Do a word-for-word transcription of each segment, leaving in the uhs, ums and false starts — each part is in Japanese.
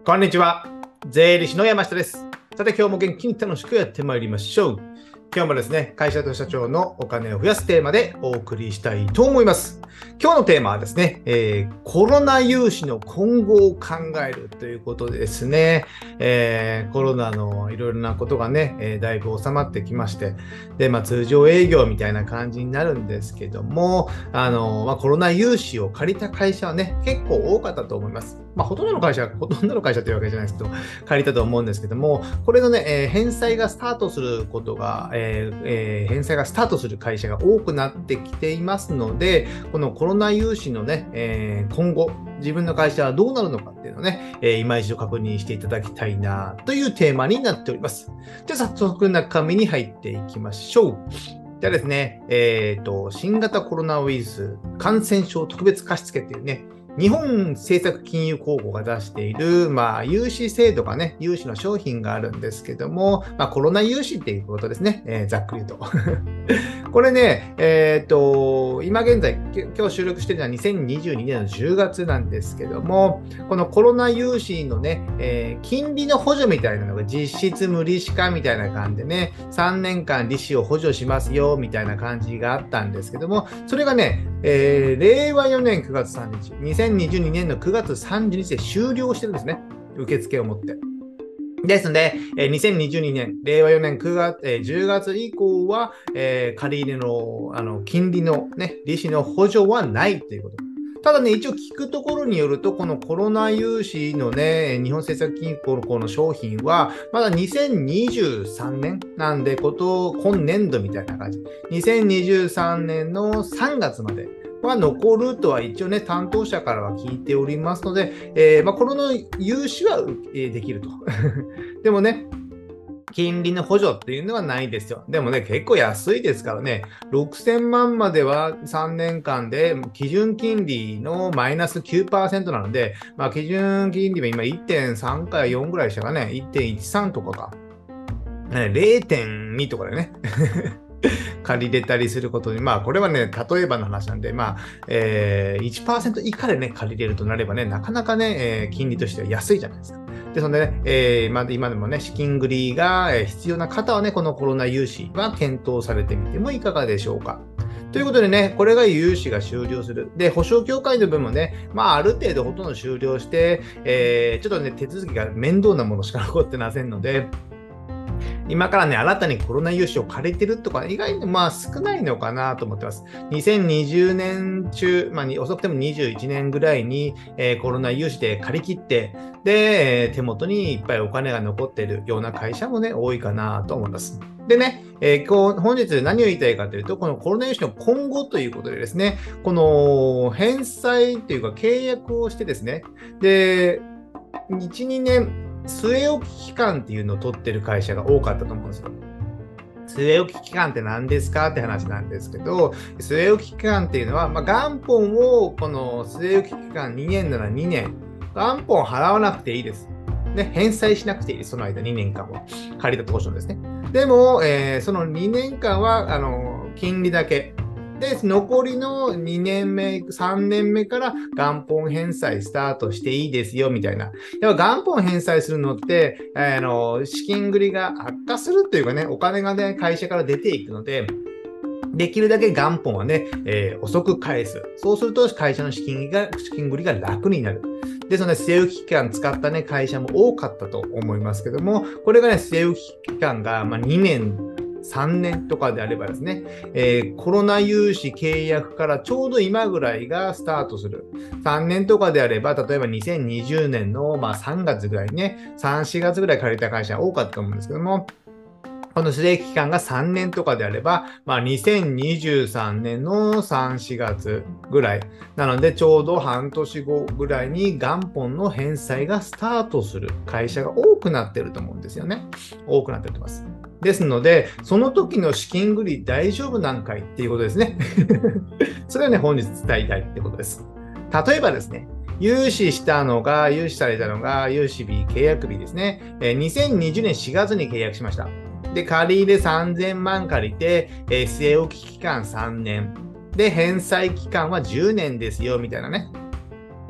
こんにちは。税理士の山下です。さて、今日も元気に楽しくやってまいりましょう。今日もですね、会社と社長のお金を増やすテーマでお送りしたいと思います。今日のテーマはですね、えー、コロナ融資の今後を考えるということでですね、えー、コロナのいろいろなことがね、えー、だいぶ収まってきまして、で、まあ通常営業みたいな感じになるんですけども、あの、まあ、コロナ融資を借りた会社はね、結構多かったと思います。まあ、ほとんどの会社、ほとんどの会社というわけじゃないですけど、借りたと思うんですけども、これのね、えー、返済がスタートすることが、えーえー、返済がスタートする会社が多くなってきていますので、このコロナ融資のね、えー、今後、自分の会社はどうなるのかっていうのをね、えー、今一度確認していただきたいなというテーマになっております。じゃあ早速中身に入っていきましょう。じゃあですね、えっと、新型コロナウイルス感染症特別貸付っていうね、日本政策金融公庫が出している、まあ、融資制度がね、融資の商品があるんですけども、まあ、コロナ融資っていうことですね。えー、ざっくり言うと。これね、えっと、今現在、今日収録しているのはにせんにじゅうにねんのじゅうがつなんですけども、このコロナ融資のね、えー、金利の補助みたいなのが実質無利子化みたいな感じでね、さんねんかん利子を補助しますよ、みたいな感じがあったんですけども、それがね、えー、れいわよねんくがつさんじゅうにち、にせんにじゅうにねんのくがつさんじゅうにちで終了してるんですね。受付をもって。ですので、にせんにじゅうにねん、れいわよねんくがつ、じゅうがつ以降は、えー、借り入れの、あの、金利のね、利子の補助はないということ。ただね、一応聞くところによると、このコロナ融資のね、日本政策金融公の商品は、まだにせんにじゅうさんねんなんで、こと、今年度みたいな感じ。にせんにじゅうさんねんのさんがつまでは残るとは一応ね、担当者からは聞いておりますので、えー、まあ、コロナ融資はできると。でもね、金利の補助っていうのはないですよ。でもね、結構安いですからね、ろくせんまんまではさんねんかんで基準金利のマイナス きゅうパーセント なので、まあ、基準金利は今 いってんさん かよんぐらいしたかね、いってんいちさん とかか、れいてんに とかでね。借りれたりすることに、まあこれはね、例えばの話なんで、まあ、えー、いちパーセント 以下でね、借りれるとなればね、なかなかね、えー、金利としては安いじゃないですか。ですのでね、えー、まあ、今でもね、資金繰りが必要な方はね、このコロナ融資は検討されてみてもいかがでしょうか。ということでね、これが融資が終了する。で、保証協会の分もね、まあ、ある程度ほとんど終了して、えー、ちょっとね、手続きが面倒なものしか残ってませんので、今からね、新たにコロナ融資を借りてるとか、意外にまあ少ないのかなと思ってます。にせんにじゅうねん中、まあ、遅くてもにじゅういちねんぐらいに、えー、コロナ融資で借り切って、で、手元にいっぱいお金が残っているような会社もね、多いかなと思います。でね、えー、こう本日何を言いたいかというと、このコロナ融資の今後ということでですね、この返済というか契約をしてですね、で、いち、にねん、据え置き期間っていうのを取ってる会社が多かったと思うんですよ。据え置き期間って何ですかって話なんですけど、据え置き期間っていうのは、まあ、元本をこの据え置き期間にねんならにねん、元本払わなくていいです。ね、返済しなくていいです。その間にねんかんは。借りた当初のですね。でも、えー、そのにねんかんは、あの、金利だけ。で、残りのにねんめ、さんねんめから元本返済スタートしていいですよ、みたいな。やっぱ元本返済するのって、あの、資金繰りが悪化するっていうかね、お金がね、会社から出ていくので、できるだけ元本はね、えー、遅く返す。そうすると会社の資金が、資金繰りが楽になる。ですので、据え置き期間使ったね、会社も多かったと思いますけども、これがね、据え置き期間が、まあ、にねん、さんねんとかであればですね、えー、コロナ融資契約からちょうど今ぐらいがスタートする。さんねんとかであれば、例えばにせんにじゅうねんの、まあ、さんがつぐらいにね、さん、しがつぐらい借りた会社多かったと思うんですけども、この据え期間がさんねんとかであれば、まあ、にせんにじゅうさんねんのさん、しがつぐらい。なので、ちょうど半年後ぐらいに元本の返済がスタートする会社が多くなってると思うんですよね。多くなってます。ですので、その時の資金繰り大丈夫なんかいっていうことですね。それをね、本日伝えたいってことです。例えばですね、融資したのが、融資されたのが、融資日、契約日ですね。にせんにじゅうねんしがつに契約しました。で、借り入れさんぜんまん借りて、えー、据え置き期間さんねん。で、返済期間はじゅうねんですよ、みたいなね。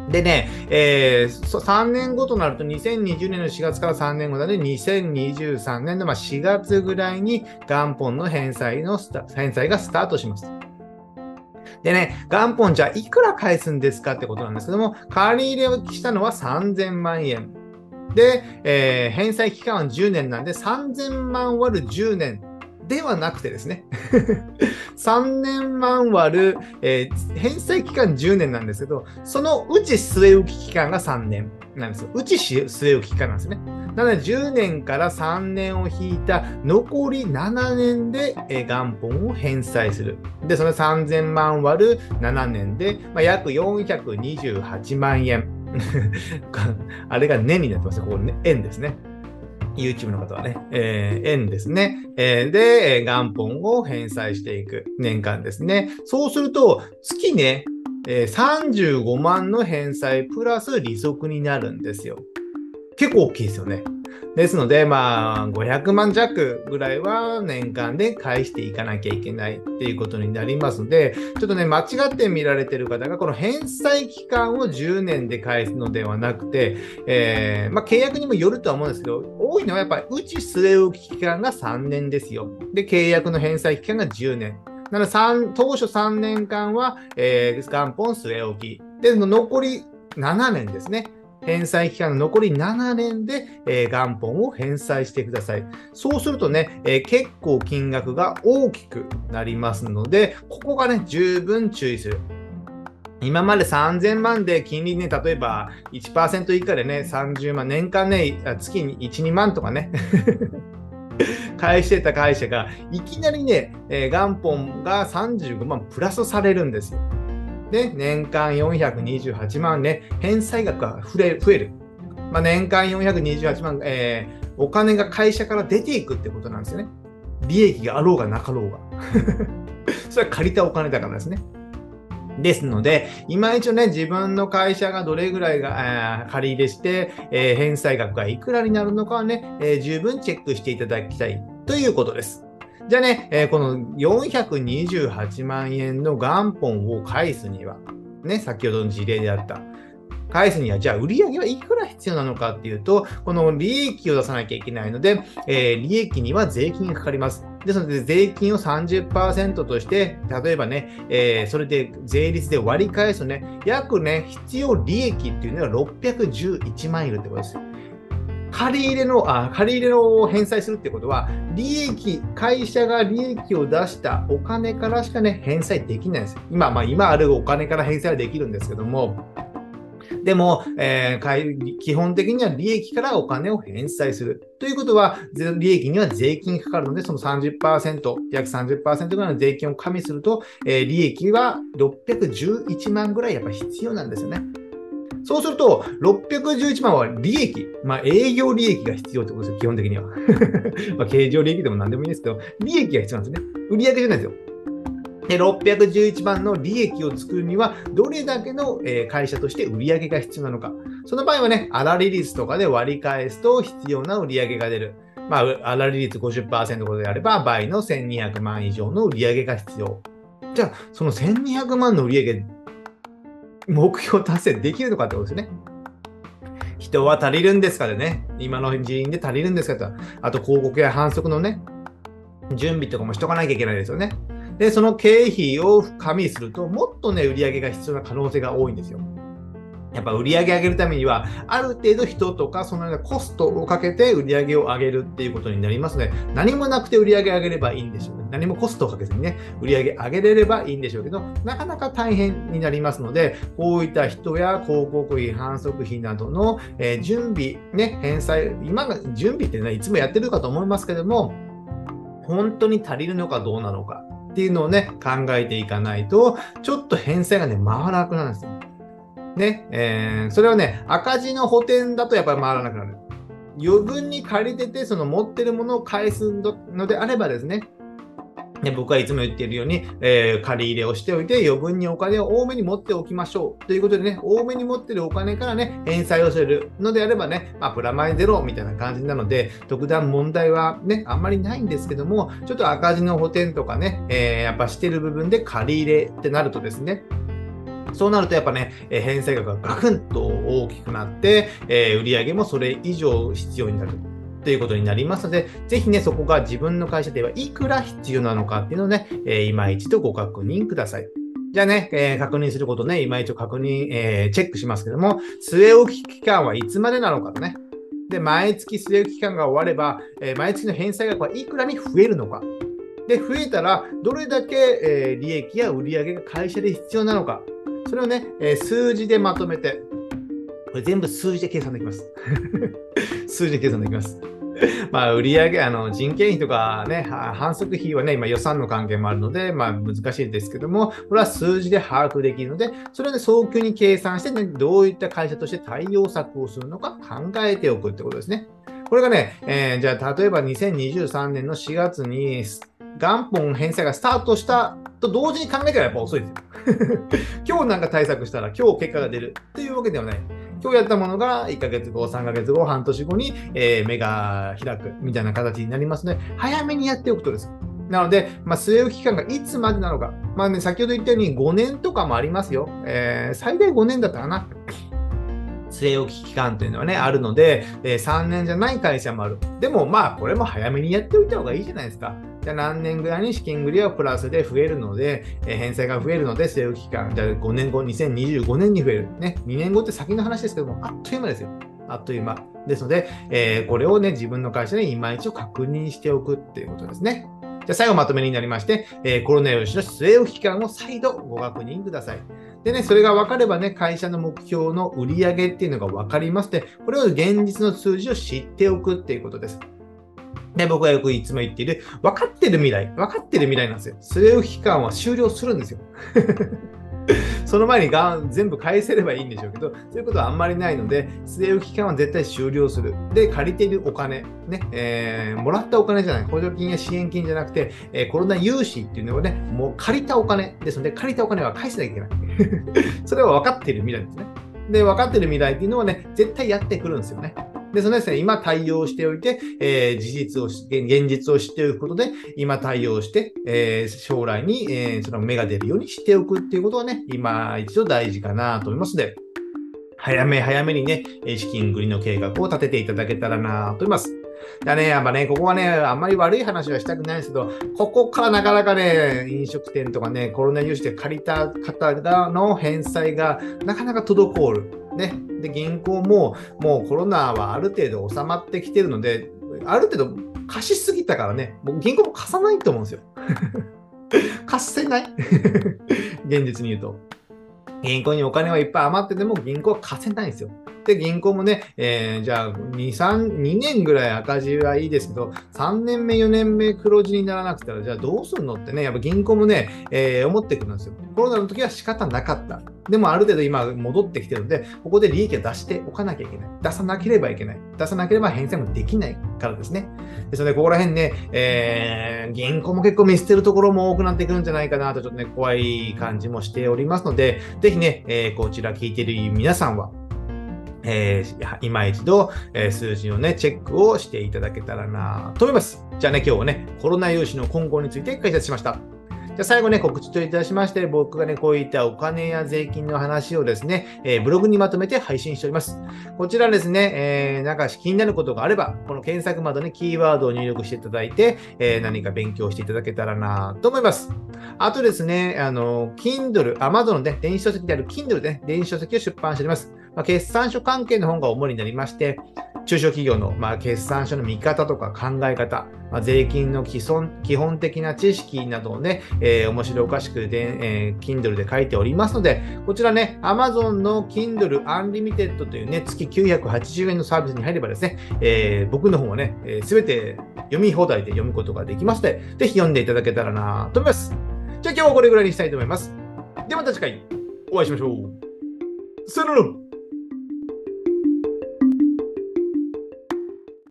でね、えー、さんねんごとなるとにせんにじゅうねんのしがつからさんねんごなのでにせんにじゅうさんねんのまあしがつぐらいに元本の返済のスタ返済がスタートします。でね、元本じゃあいくら返すんですかってことなんですけども、借り入れをしたのはさんぜんまんえん。で、えー、返済期間はじゅうねんなんでさんぜんまん割るじゅうねんではなくてですねさんねんまん割る、えー、返済期間じゅうねんなんですけど、そのうち据え置き期間がさんねんなんですよ。うち据え置き期間なんですね。なのでじゅうねんからさんねんを引いた残りななねんで、えー、元本を返済する。で、そのさんぜんまん割るななねんで、まあ、約よんひゃくにじゅうはちまんえん。あれが年になってますね。ここね、円ですね。YouTube の方はね、えー、円ですね。えー、で、元本を返済していく年間ですね。そうすると、月ね、えー、さんじゅうごまんの返済プラス利息になるんですよ。結構大きいですよね。ですので、まあ、ごひゃくまん弱ぐらいは年間で返していかなきゃいけないっていうことになりますので、ちょっとね、間違って見られてる方が、この返済期間をじゅうねんで返すのではなくて、えー、まあ、契約にもよるとは思うんですけど、多いのはやっぱり、うち据え置き期間がさんねんですよ。で、契約の返済期間がじゅうねん。なので、当初さんねんかんは、えー、元本据え置き。で、残りななねんですね。返済期間の残りななねんで、えー、元本を返済してください。そうするとね、えー、結構金額が大きくなりますので、ここがね、十分注意する。今までさんぜんまんで金利ね、例えば いちパーセント 以下でね、さんじゅうまん、年間ね、月にいち、にまんとかね、返してた会社が、いきなりね、えー、元本がさんじゅうごまんプラスされるんですよ。で、年間よんひゃくにじゅうはちまんね、返済額が増える。まあ、年間よんひゃくにじゅうはちまん、えー、お金が会社から出ていくってことなんですよね。利益があろうがなかろうが。それは借りたお金だからですね。ですので、今一度ね、自分の会社がどれぐらいが、借り入れして、えー、返済額がいくらになるのかはね、えー、十分チェックしていただきたいということです。じゃあね、えー、このよんひゃくにじゅうはちまんえんの元本を返すには、ね、先ほどの事例であった。返すには、じゃあ売上はいくら必要なのかっていうと、この利益を出さなきゃいけないので、えー、利益には税金がかかります。ですので、税金を さんじゅっパーセント として、例えばね、えー、それで税率で割り返すとね、約ね、必要利益っていうのがろっぴゃくじゅういちまんいるってことですよ。借り入れの、あ、借り入れを返済するってことは、利益、会社が利益を出したお金からしかね、返済できないんですよ。今、まあ今あるお金から返済はできるんですけども、でも、えー、基本的には利益からお金を返済する。ということは、利益には税金がかかるので、その さんじゅっパーセント、約 さんじゅっパーセント ぐらいの税金を加味すると、えー、利益はろっぴゃくじゅういちまんぐらいやっぱ必要なんですよね。そうすると、ろっぴゃくじゅういちまんは利益、まあ営業利益が必要ってことですよ、基本的には。まあ経常利益でも何でもいいですけど、利益が必要なんですね。売上じゃないですよ。で、ろっぴゃくじゅういちまんの利益を作るには、どれだけの会社として売上が必要なのか。その場合はね、粗利率とかで割り返すと必要な売上が出る。まあ、粗利率 ごじゅっパーセント であれば、倍のせんにひゃくまん以上の売上が必要。じゃあ、そのせんにひゃくまんの売上、目標達成できるのかってことですよね。人は足りるんですかでね、今の人員で足りるんですかと、あと広告や反則のね、準備とかもしとかなきゃいけないですよね。で、その経費を加味すると、もっとね、売り上げが必要な可能性が多いんですよ。やっぱ売り上げ上げるためには、ある程度人とかそのようなコストをかけて売り上げを上げるっていうことになりますので、何もなくて売り上げ上げればいいんでしょうね。何もコストをかけずにね、売り上げ上げれればいいんでしょうけど、なかなか大変になりますので、こういった人や広告費、反則費などの、えー、準備、ね、返済、今が準備ってね、いつもやってるかと思いますけども、本当に足りるのかどうなのかっていうのをね、考えていかないと、ちょっと返済がね、回らなくなるんですよ。ね、えー、それはね、赤字の補填だとやっぱり回らなくなる。余分に借りてて、その持ってるものを返すのであればですね、で僕はいつも言っているように、えー、借り入れをしておいて、余分にお金を多めに持っておきましょう。ということでね、多めに持ってるお金からね、返済をするのであればね、まあ、プラマイゼロみたいな感じなので、特段問題はね、あんまりないんですけども、ちょっと赤字の補填とかね、えー、やっぱしてる部分で借り入れってなるとですね、 そうなるとやっぱね、えー、返済額がガクンと大きくなって、えー、売上もそれ以上必要になるということになりますので、ぜひね、そこが自分の会社ではいくら必要なのかっていうのをね、えー、今一度ご確認ください。じゃあね、えー、確認することね、今一度確認、えー、チェックしますけども、据え置き期間はいつまでなのかとね。で、毎月据え置き期間が終われば、えー、毎月の返済額はいくらに増えるのか。で、増えたら、どれだけ、えー、利益や売上が会社で必要なのか。それをね、えー、数字でまとめて、これ全部数字で計算できます。数字で計算できます。まあ、売上、あの、人件費とかね、反則費はね、今予算の関係もあるので、まあ難しいですけども、これは数字で把握できるので、それで早急に計算してね、どういった会社として対応策をするのか考えておくってことですね。これがね、えー、じゃあ例えばにせんにじゅうさんねんのしがつに元本返済がスタートしたと同時に考えたらやっぱ遅いですよ。今日なんか対策したら今日結果が出るっていうわけではない。今日やったものがいっかげつご、さんかげつご、半年後に、えー、目が開くみたいな形になりますので、早めにやっておくとです。なので、まあ、据え置き期間がいつまでなのか。まあね、先ほど言ったようにごねんとかもありますよ。えー、最大ごねんだったかな。据え置き期間というのはね、あるので、えー、さんねんじゃない会社もある。でもまあ、これも早めにやっておいた方がいいじゃないですか。じゃあ何年ぐらいに資金繰りはプラスで増えるので、えー、返済が増えるので、据え置き期間、じゃあごねんご、にせんにじゅうごねんに増える。ね、にねんごって先の話ですけども、あっという間ですよ。あっという間。ですので、えー、これをね、自分の会社で今一度確認しておくっていうことですね。じゃあ最後まとめになりまして、えー、コロナ融資の据え置き期間を再度ご確認ください。でね、それが分かればね、会社の目標の売上っていうのが分かりますので、これを現実の数字を知っておくっていうことです。で、僕がよくいつも言っている、分かってる未来、分かってる未来なんですよ。据え置き期間は終了するんですよ。その前にがん全部返せればいいんでしょうけど、そういうことはあんまりないので、据え置き期間は絶対終了する。で、借りているお金、ね、えー、もらったお金じゃない、補助金や支援金じゃなくて、えー、コロナ融資っていうのはね、もう借りたお金ですので、借りたお金は返さなきゃいけない。それは分かっている未来ですね。で、分かっている未来っていうのはね、絶対やってくるんですよね。で、そのですね、今対応しておいて、えー、事実をし、現実を知っておくことで、今対応して、えー、将来に、えー、その芽が出るようにしておくっていうことはね、今一度大事かなと思いますので、早め早めにね、資金繰りの計画を立てていただけたらなと思います。だね、やっぱね、ここはね、あんまり悪い話はしたくないんですけど、ここからなかなかね、飲食店とかね、コロナ融資で借りた方の返済がなかなか滞る。ね。で、銀行も、もうコロナはある程度収まってきてるので、ある程度貸しすぎたからね、もう銀行も貸さないと思うんですよ。貸せない現実に言うと。銀行にお金はいっぱい余ってても銀行は貸せないんですよ。で、銀行もね、えー、じゃあに、さん、にねんぐらい赤字はいいですけど、さんねんめ、よねんめ黒字にならなくてたら、じゃあどうするのってね、やっぱ銀行もね、えー、思ってくるんですよ。コロナの時は仕方なかった。でもある程度今戻ってきてるので、ここで利益を出しておかなきゃいけない。出さなければいけない。出さなければ返済もできないからですね。ですので、ここら辺ね、えー、銀行も結構見捨てるところも多くなってくるんじゃないかなと、ちょっとね、怖い感じもしておりますので、ぜひね、えー、こちら聞いている皆さんは、えー、今一度、えー、数字をね、チェックをしていただけたらなと思います。じゃあね、今日はね、コロナ融資の今後について解説しました。じゃあ最後ね、告知といたしまして、僕がね、こういったお金や税金の話をですね、えー、ブログにまとめて配信しております。こちらですね、えー、なんか気になることがあれば、この検索窓にキーワードを入力していただいて、えー、何か勉強していただけたらなと思います。あとですね、あの、Kindle、Amazon のね、電子書籍である Kindle でね、電子書籍を出版しております。まあ、決算書関係の本が主になりまして、中小企業の、まあ、決算書の見方とか考え方、まあ、税金の基本、基本的な知識などをね、えー、面白おかしくで、えー、Kindle で書いておりますので、こちらね、Amazon の Kindle Unlimited というね、月きゅうひゃくはちじゅうえんのサービスに入ればですね、えー、僕の本をね、すべ、えー、て読み放題で読むことができますので、ぜひ読んでいただけたらなと思います。じゃあ今日はこれぐらいにしたいと思います。ではまた次回お会いしましょう。さよなら。